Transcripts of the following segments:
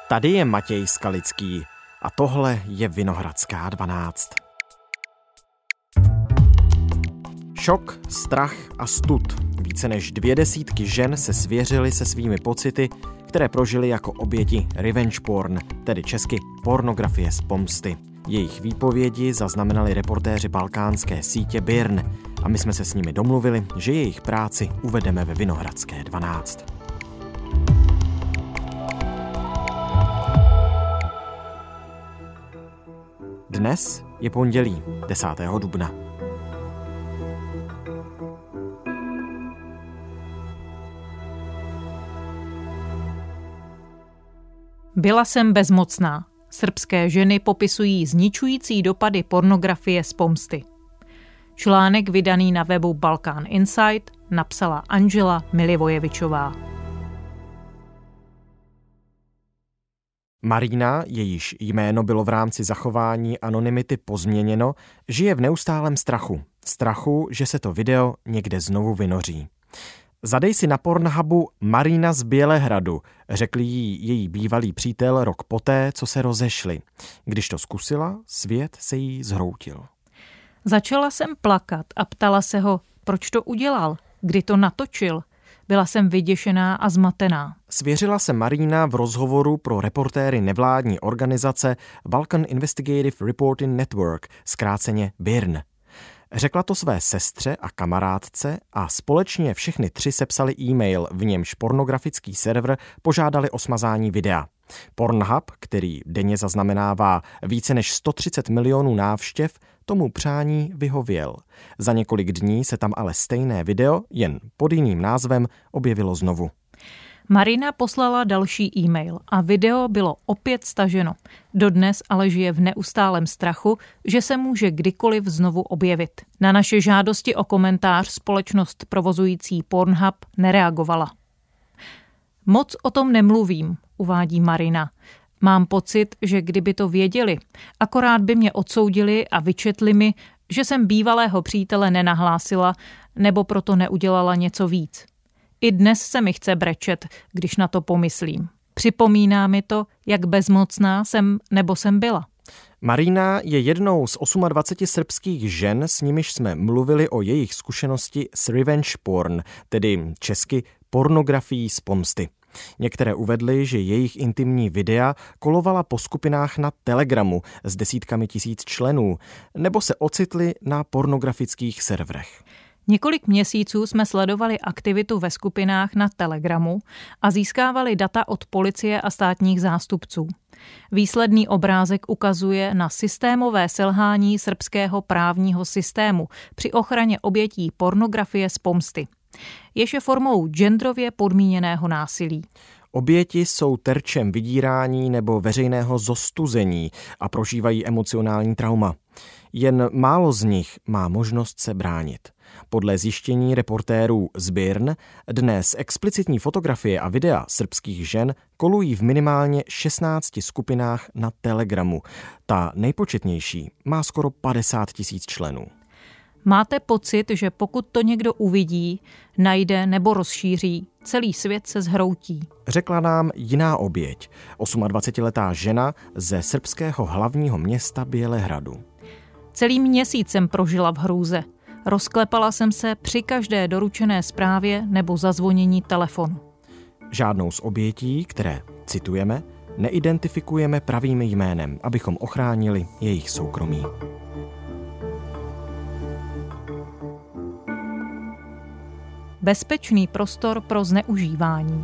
Tady je Matěj Skalický a tohle je Vinohradská 12. Šok, strach a stud. Více než 200 žen se svěřily se svými pocity, které prožily jako oběti revenge porn, tedy česky pornografie z pomsty. Jejich výpovědi zaznamenali reportéři balkánské sítě BIRN a my jsme se s nimi domluvili, že jejich práci uvedeme ve Vinohradské 12. Dnes je pondělí 10. dubna. Byla jsem bezmocná. Srbské ženy popisují zničující dopady pornografie z pomsty. Článek vydaný na webu Balkán Insight napsala Angela Milivojevičová. Marina, jejíž jméno bylo v rámci zachování anonymity pozměněno, žije v neustálém strachu. Strachu, že se to video někde znovu vynoří. Zadej si na Pornhubu Marina z Bělehradu, řekl jí její bývalý přítel rok poté, co se rozešli. Když to zkusila, svět se jí zhroutil. Začala jsem plakat a ptala se ho, proč to udělal, kdy to natočil. Byla jsem vyděšená a zmatená. Svěřila se Marina v rozhovoru pro reportéry nevládní organizace Balkan Investigative Reporting Network, zkráceně BIRN. Řekla to své sestře a kamarádce a společně všechny tři sepsali e-mail, v němž pornografický server požádali o smazání videa. Pornhub, který denně zaznamenává více než 130 milionů návštěv, tomu přání vyhověl. Za několik dní se tam ale stejné video, jen pod jiným názvem, objevilo znovu. Marina poslala další e-mail a video bylo opět staženo. Dodnes ale žije v neustálém strachu, že se může kdykoliv znovu objevit. Na naše žádosti o komentář společnost provozující Pornhub nereagovala. Moc o tom nemluvím, uvádí Marina. Mám pocit, že kdyby to věděli, akorát by mě odsoudili a vyčetli mi, že jsem bývalého přítele nenahlásila nebo proto neudělala něco víc. I dnes se mi chce brečet, když na to pomyslím. Připomíná mi to, jak bezmocná jsem byla. Marina je jednou z 28 srbských žen, s nimiž jsme mluvili o jejich zkušenosti s revenge porn, tedy česky pornografií z pomsty. Některé uvedly, že jejich intimní videa kolovala po skupinách na Telegramu s desítkami tisíc členů, nebo se ocitly na pornografických serverech. Několik měsíců jsme sledovali aktivitu ve skupinách na Telegramu a získávali data od policie a státních zástupců. Výsledný obrázek ukazuje na systémové selhání srbského právního systému při ochraně obětí pornografie z pomsty. Jež je formou genderově podmíněného násilí. Oběti jsou terčem vydírání nebo veřejného zostuzení a prožívají emocionální trauma. Jen málo z nich má možnost se bránit. Podle zjištění reportérů z BIRN dnes explicitní fotografie a videa srbských žen kolují v minimálně 16 skupinách na Telegramu. Ta nejpočetnější má skoro 50 tisíc členů. Máte pocit, že pokud to někdo uvidí, najde nebo rozšíří, celý svět se zhroutí? Řekla nám jiná oběť, 28letá žena ze srbského hlavního města Bělehradu. Celý měsíc jsem prožila v hrůze. Rozklepala jsem se při každé doručené zprávě nebo zazvonění telefonu. Žádnou z obětí, které citujeme, neidentifikujeme pravým jménem, abychom ochránili jejich soukromí. Bezpečný prostor pro zneužívání.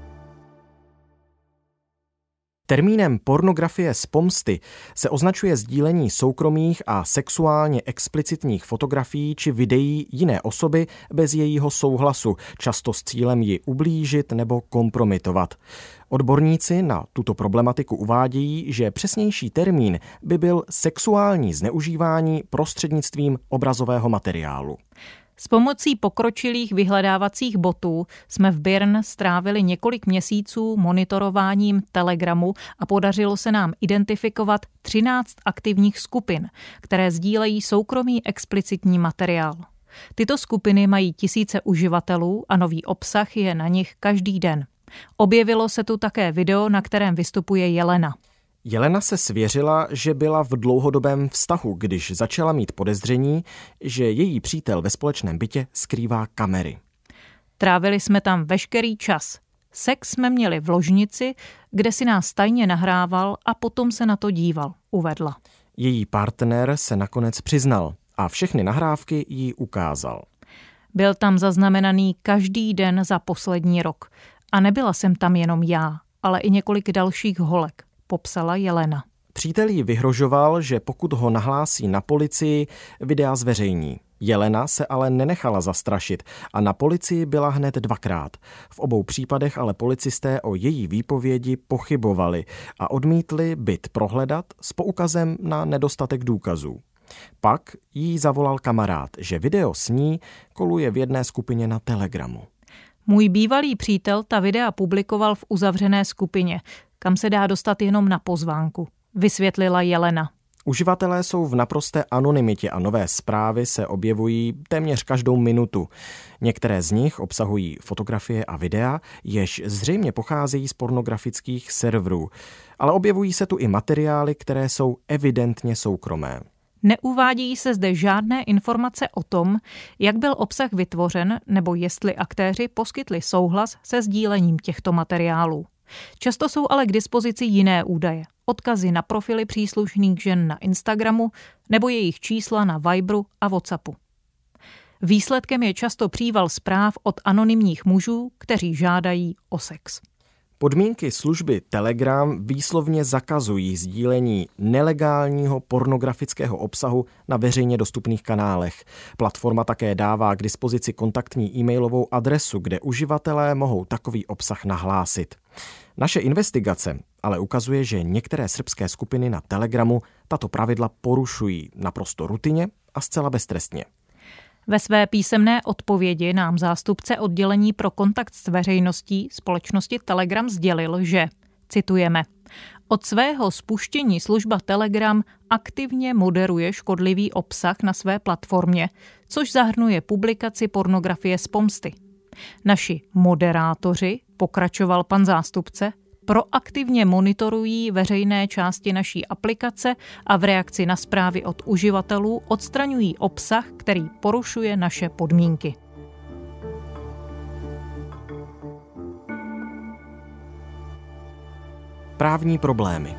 Termínem pornografie z pomsty se označuje sdílení soukromých a sexuálně explicitních fotografií či videí jiné osoby bez jejího souhlasu, často s cílem ji ublížit nebo kompromitovat. Odborníci na tuto problematiku uvádějí, že přesnější termín by byl sexuální zneužívání prostřednictvím obrazového materiálu. S pomocí pokročilých vyhledávacích botů jsme v BIRN strávili několik měsíců monitorováním Telegramu a podařilo se nám identifikovat 13 aktivních skupin, které sdílejí soukromý explicitní materiál. Tyto skupiny mají tisíce uživatelů a nový obsah je na nich každý den. Objevilo se tu také video, na kterém vystupuje Jelena. Jelena se svěřila, že byla v dlouhodobém vztahu, když začala mít podezření, že její přítel ve společném bytě skrývá kamery. Trávili jsme tam veškerý čas. Sex jsme měli v ložnici, kde si nás tajně nahrával a potom se na to díval, uvedla. Její partner se nakonec přiznal a všechny nahrávky jí ukázal. Byl tam zaznamenaný každý den za poslední rok. A nebyla jsem tam jenom já, ale i několik dalších holek, popsala Jelena. Přítel jí vyhrožoval, že pokud ho nahlásí na policii, videa zveřejní. Jelena se ale nenechala zastrašit a na policii byla hned 2krát. V obou případech ale policisté o její výpovědi pochybovali a odmítli byt prohledat s poukazem na nedostatek důkazů. Pak jí zavolal kamarád, že video s ní koluje v jedné skupině na Telegramu. Můj bývalý přítel ta videa publikoval v uzavřené skupině, kam se dá dostat jenom na pozvánku, vysvětlila Jelena. Uživatelé jsou v naprosté anonymitě a nové zprávy se objevují téměř každou minutu. Některé z nich obsahují fotografie a videa, jež zřejmě pocházejí z pornografických serverů, ale objevují se tu i materiály, které jsou evidentně soukromé. Neuvádějí se zde žádné informace o tom, jak byl obsah vytvořen nebo jestli aktéři poskytli souhlas se sdílením těchto materiálů. Často jsou ale k dispozici jiné údaje, odkazy na profily příslušných žen na Instagramu nebo jejich čísla na Viberu a WhatsAppu. Výsledkem je často příval zpráv od anonymních mužů, kteří žádají o sex. Podmínky služby Telegram výslovně zakazují sdílení nelegálního pornografického obsahu na veřejně dostupných kanálech. Platforma také dává k dispozici kontaktní e-mailovou adresu, kde uživatelé mohou takový obsah nahlásit. Naše investigace ale ukazuje, že některé srbské skupiny na Telegramu tato pravidla porušují naprosto rutině a zcela beztrestně. Ve své písemné odpovědi nám zástupce oddělení pro kontakt s veřejností společnosti Telegram sdělil, že, citujeme, od svého spuštění služba Telegram aktivně moderuje škodlivý obsah na své platformě, což zahrnuje publikaci pornografie z pomsty. Naši moderátoři, pokračoval pan zástupce, proaktivně monitorují veřejné části naší aplikace a v reakci na zprávy od uživatelů odstraňují obsah, který porušuje naše podmínky. Právní problémy.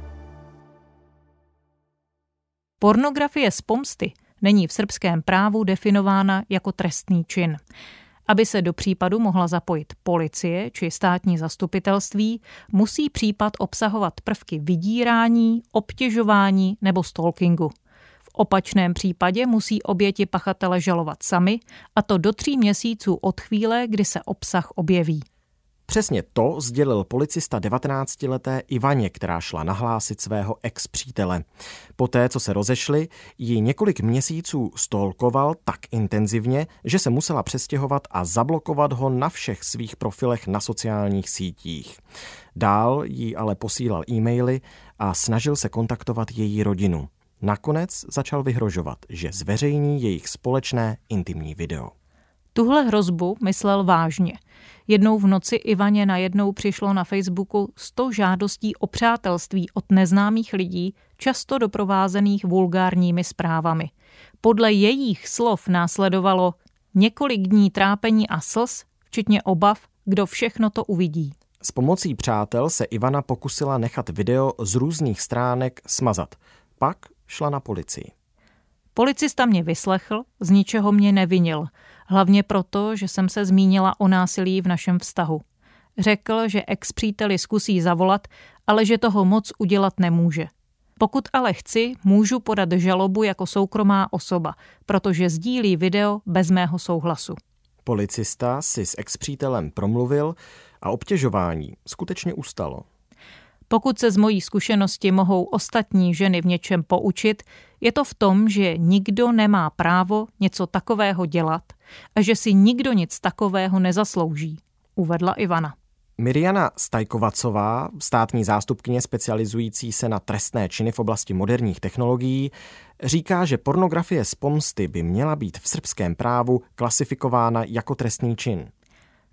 Pornografie z pomsty není v srbském právu definována jako trestný čin. Aby se do případu mohla zapojit policie či státní zastupitelství, musí případ obsahovat prvky vydírání, obtěžování nebo stalkingu. V opačném případě musí oběti pachatele žalovat sami, a to do 3 měsíců od chvíle, kdy se obsah objeví. Přesně to sdělil policista 19leté Ivaně, která šla nahlásit svého ex-přítele. Poté, co se rozešli, ji několik měsíců stalkoval tak intenzivně, že se musela přestěhovat a zablokovat ho na všech svých profilech na sociálních sítích. Dál jí ale posílal e-maily a snažil se kontaktovat její rodinu. Nakonec začal vyhrožovat, že zveřejní jejich společné intimní video. Tuhle hrozbu myslel vážně. Jednou v noci Ivaně najednou přišlo na Facebooku 100 žádostí o přátelství od neznámých lidí, často doprovázených vulgárními zprávami. Podle jejich slov následovalo několik dní trápení a slz, včetně obav, kdo všechno to uvidí. S pomocí přátel se Ivana pokusila nechat video z různých stránek smazat. Pak šla na policii. Policista mě vyslechl, z ničeho mě nevinil. Hlavně proto, že jsem se zmínila o násilí v našem vztahu. Řekl, že ex-příteli zkusí zavolat, ale že toho moc udělat nemůže. Pokud ale chci, můžu podat žalobu jako soukromá osoba, protože sdílí video bez mého souhlasu. Policista si s ex-přítelem promluvil a obtěžování skutečně ustalo. Pokud se z mojí zkušenosti mohou ostatní ženy v něčem poučit, je to v tom, že nikdo nemá právo něco takového dělat a že si nikdo nic takového nezaslouží, uvedla Ivana. Mirjana Stajkovacová, státní zástupkyně specializující se na trestné činy v oblasti moderních technologií, říká, že pornografie z pomsty by měla být v srbském právu klasifikována jako trestný čin.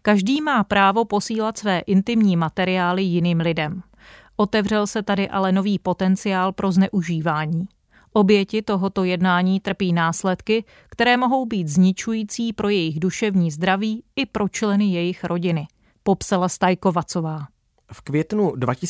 Každý má právo posílat své intimní materiály jiným lidem. Otevřel se tady ale nový potenciál pro zneužívání. Oběti tohoto jednání trpí následky, které mohou být zničující pro jejich duševní zdraví i pro členy jejich rodiny, popsala Stajkovacová. V květnu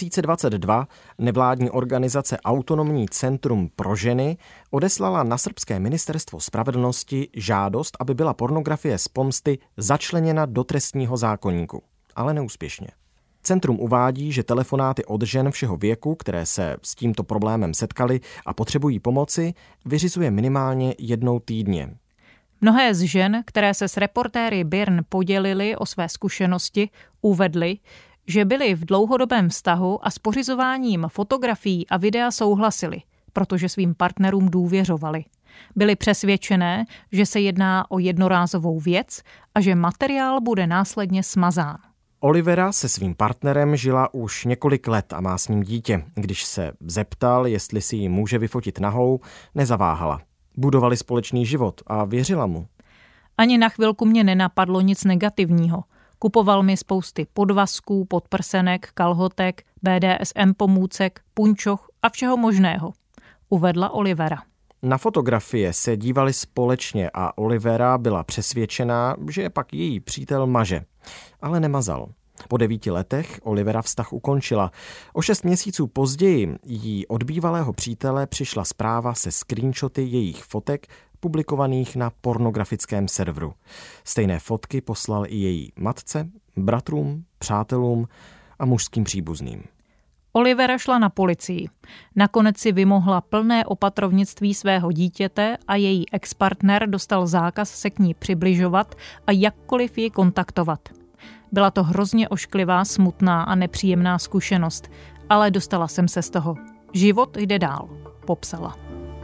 2022 nevládní organizace Autonomní centrum pro ženy odeslala na srbské ministerstvo spravedlnosti žádost, aby byla pornografie z pomsty začleněna do trestního zákoníku, ale neúspěšně. Centrum uvádí, že telefonáty od žen všeho věku, které se s tímto problémem setkaly a potřebují pomoci, vyřizuje minimálně jednou týdně. Mnohé z žen, které se s reportéry BIRN podělily o své zkušenosti, uvedly, že byly v dlouhodobém vztahu a s pořizováním fotografií a videa souhlasily, protože svým partnerům důvěřovali. Byly přesvědčené, že se jedná o jednorázovou věc a že materiál bude následně smazán. Olivera se svým partnerem žila už několik let a má s ním dítě. Když se zeptal, jestli si ji může vyfotit nahou, nezaváhala. Budovali společný život a věřila mu. Ani na chvilku mě nenapadlo nic negativního. Kupoval mi spousty podvazků, podprsenek, kalhotek, BDSM pomůcek, punčoch a všeho možného, uvedla Olivera. Na fotografie se dívali společně a Olivera byla přesvědčená, že je pak její přítel maže, ale nemazal. Po 9 letech Olivera vztah ukončila. O 6 měsíců později jí od bývalého přítele přišla zpráva se screenshoty jejich fotek publikovaných na pornografickém serveru. Stejné fotky poslal i její matce, bratrům, přátelům a mužským příbuzným. Olivera šla na policii. Nakonec si vymohla plné opatrovnictví svého dítěte a její expartner dostal zákaz se k ní přibližovat a jakkoliv ji kontaktovat. Byla to hrozně ošklivá, smutná a nepříjemná zkušenost, ale dostala jsem se z toho. Život jde dál, popsala.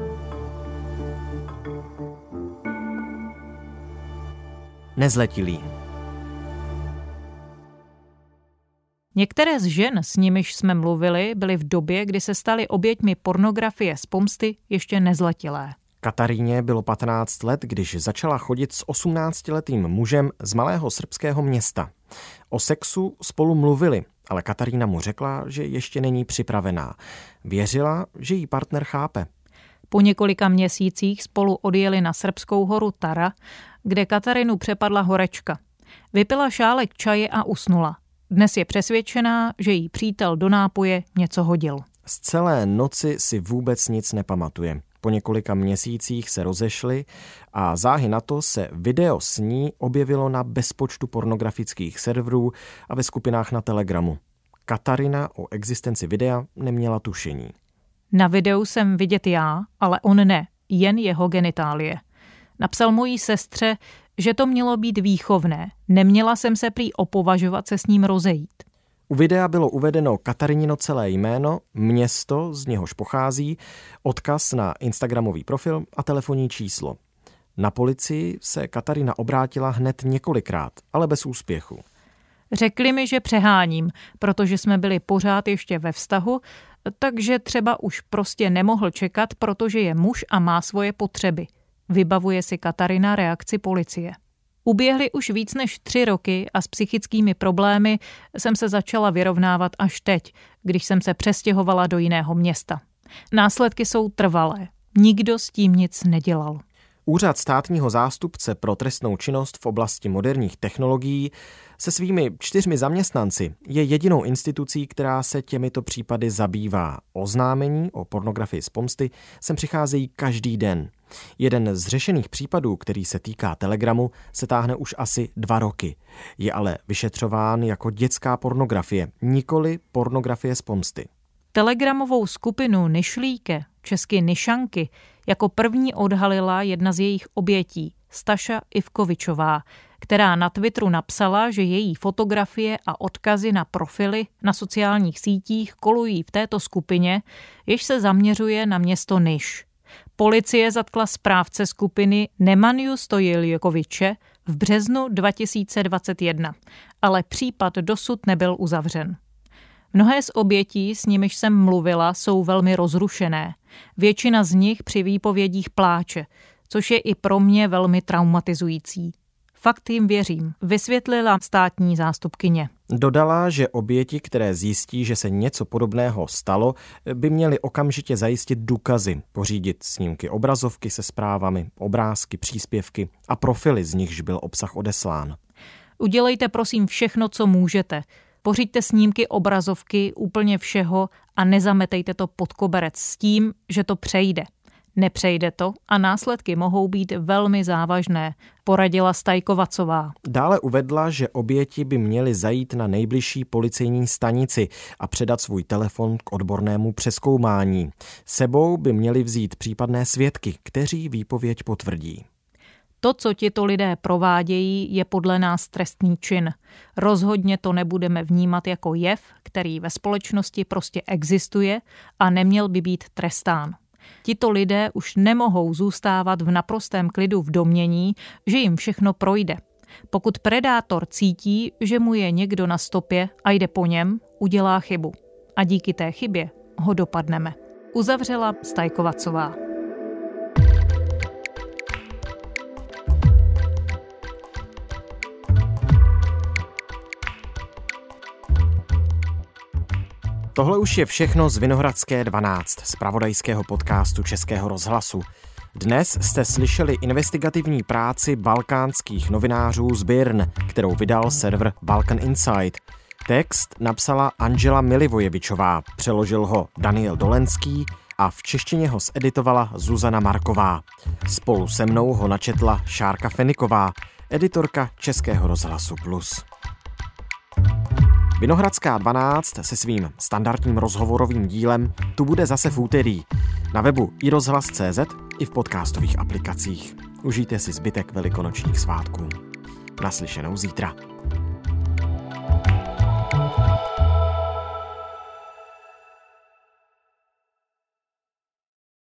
Nezletilí. Některé z žen, s nimiž jsme mluvili, byly v době, kdy se staly oběťmi pornografie z pomsty, ještě nezletilé. Kataríně bylo 15 let, když začala chodit s 18letým mužem z malého srbského města. O sexu spolu mluvili, ale Katarína mu řekla, že ještě není připravená. Věřila, že jí partner chápe. Po několika měsících spolu odjeli na srbskou horu Tara, kde Katarinu přepadla horečka. Vypila šálek čaje a usnula. Dnes je přesvědčená, že jí přítel do nápoje něco hodil. Z celé noci si vůbec nic nepamatuje. Po několika měsících se rozešli a záhy na to se video s ní objevilo na bezpočtu pornografických serverů a ve skupinách na Telegramu. Katarina o existenci videa neměla tušení. Na videu jsem vidět já, ale on ne, jen jeho genitálie. Napsal mojí sestře, že to mělo být výchovné. Neměla jsem se prý opovažovat se s ním rozejít. U videa bylo uvedeno Katarinino celé jméno, město, z něhož pochází, odkaz na instagramový profil a telefonní číslo. Na policii se Katarina obrátila hned několikrát, ale bez úspěchu. Řekli mi, že přeháním, protože jsme byli pořád ještě ve vztahu, takže třeba už prostě nemohl čekat, protože je muž a má svoje potřeby. Vybavuje si Katarina reakci policie. Uběhly už víc než 3 roky a s psychickými problémy jsem se začala vyrovnávat až teď, když jsem se přestěhovala do jiného města. Následky jsou trvalé. Nikdo s tím nic nedělal. Úřad státního zástupce pro trestnou činnost v oblasti moderních technologií se svými 4 zaměstnanci je jedinou institucí, která se těmito případy zabývá. Oznámení o pornografii z pomsty sem přicházejí každý den. Jeden z řešených případů, který se týká Telegramu, se táhne už asi 2 roky. Je ale vyšetřován jako dětská pornografie, nikoli pornografie z pomsty. Telegramovou skupinu Nyšlíke, česky Nyšanky, jako první odhalila jedna z jejich obětí, Staša Ivkovičová, která na Twitteru napsala, že její fotografie a odkazy na profily na sociálních sítích kolují v této skupině, jež se zaměřuje na město Niš. Policie zatkla správce skupiny Nemanju Stojiljokoviče v březnu 2021, ale případ dosud nebyl uzavřen. Mnohé z obětí, s nimiž jsem mluvila, jsou velmi rozrušené. Většina z nich při výpovědích pláče, což je i pro mě velmi traumatizující. Fakt jim věřím, vysvětlila státní zástupkyně. Dodala, že oběti, které zjistí, že se něco podobného stalo, by měly okamžitě zajistit důkazy, pořídit snímky obrazovky se zprávami, obrázky, příspěvky a profily, z nichž byl obsah odeslán. Udělejte prosím všechno, co můžete. Pořiďte snímky obrazovky úplně všeho a nezametejte to pod koberec s tím, že to přejde. Nepřejde to a následky mohou být velmi závažné, poradila Stajkovacová. Dále uvedla, že oběti by měly zajít na nejbližší policejní stanici a předat svůj telefon k odbornému přezkoumání. Sebou by měli vzít případné svědky, kteří výpověď potvrdí. To, co tito lidé provádějí, je podle nás trestný čin. Rozhodně to nebudeme vnímat jako jev, který ve společnosti prostě existuje a neměl by být trestán. Tito lidé už nemohou zůstávat v naprostém klidu v domnění, že jim všechno projde. Pokud predátor cítí, že mu je někdo na stopě a jde po něm, udělá chybu. A díky té chybě ho dopadneme. Uzavřela Stajkovacová. Tohle už je všechno z Vinohradské 12, zpravodajského podcastu Českého rozhlasu. Dnes jste slyšeli investigativní práci balkánských novinářů z Birn, kterou vydal server Balkan Insight. Text napsala Angela Milivojevičová, přeložil ho Daniel Dolenský a v češtině ho zeditovala Zuzana Marková. Spolu se mnou ho načetla Šárka Feniková, editorka Českého rozhlasu Plus. Vinohradská 12 se svým standardním rozhovorovým dílem tu bude zase v úterý na webu iRozhlas.cz i v podcastových aplikacích. Užijte si zbytek velikonočních svátků. Naslyšenou zítra.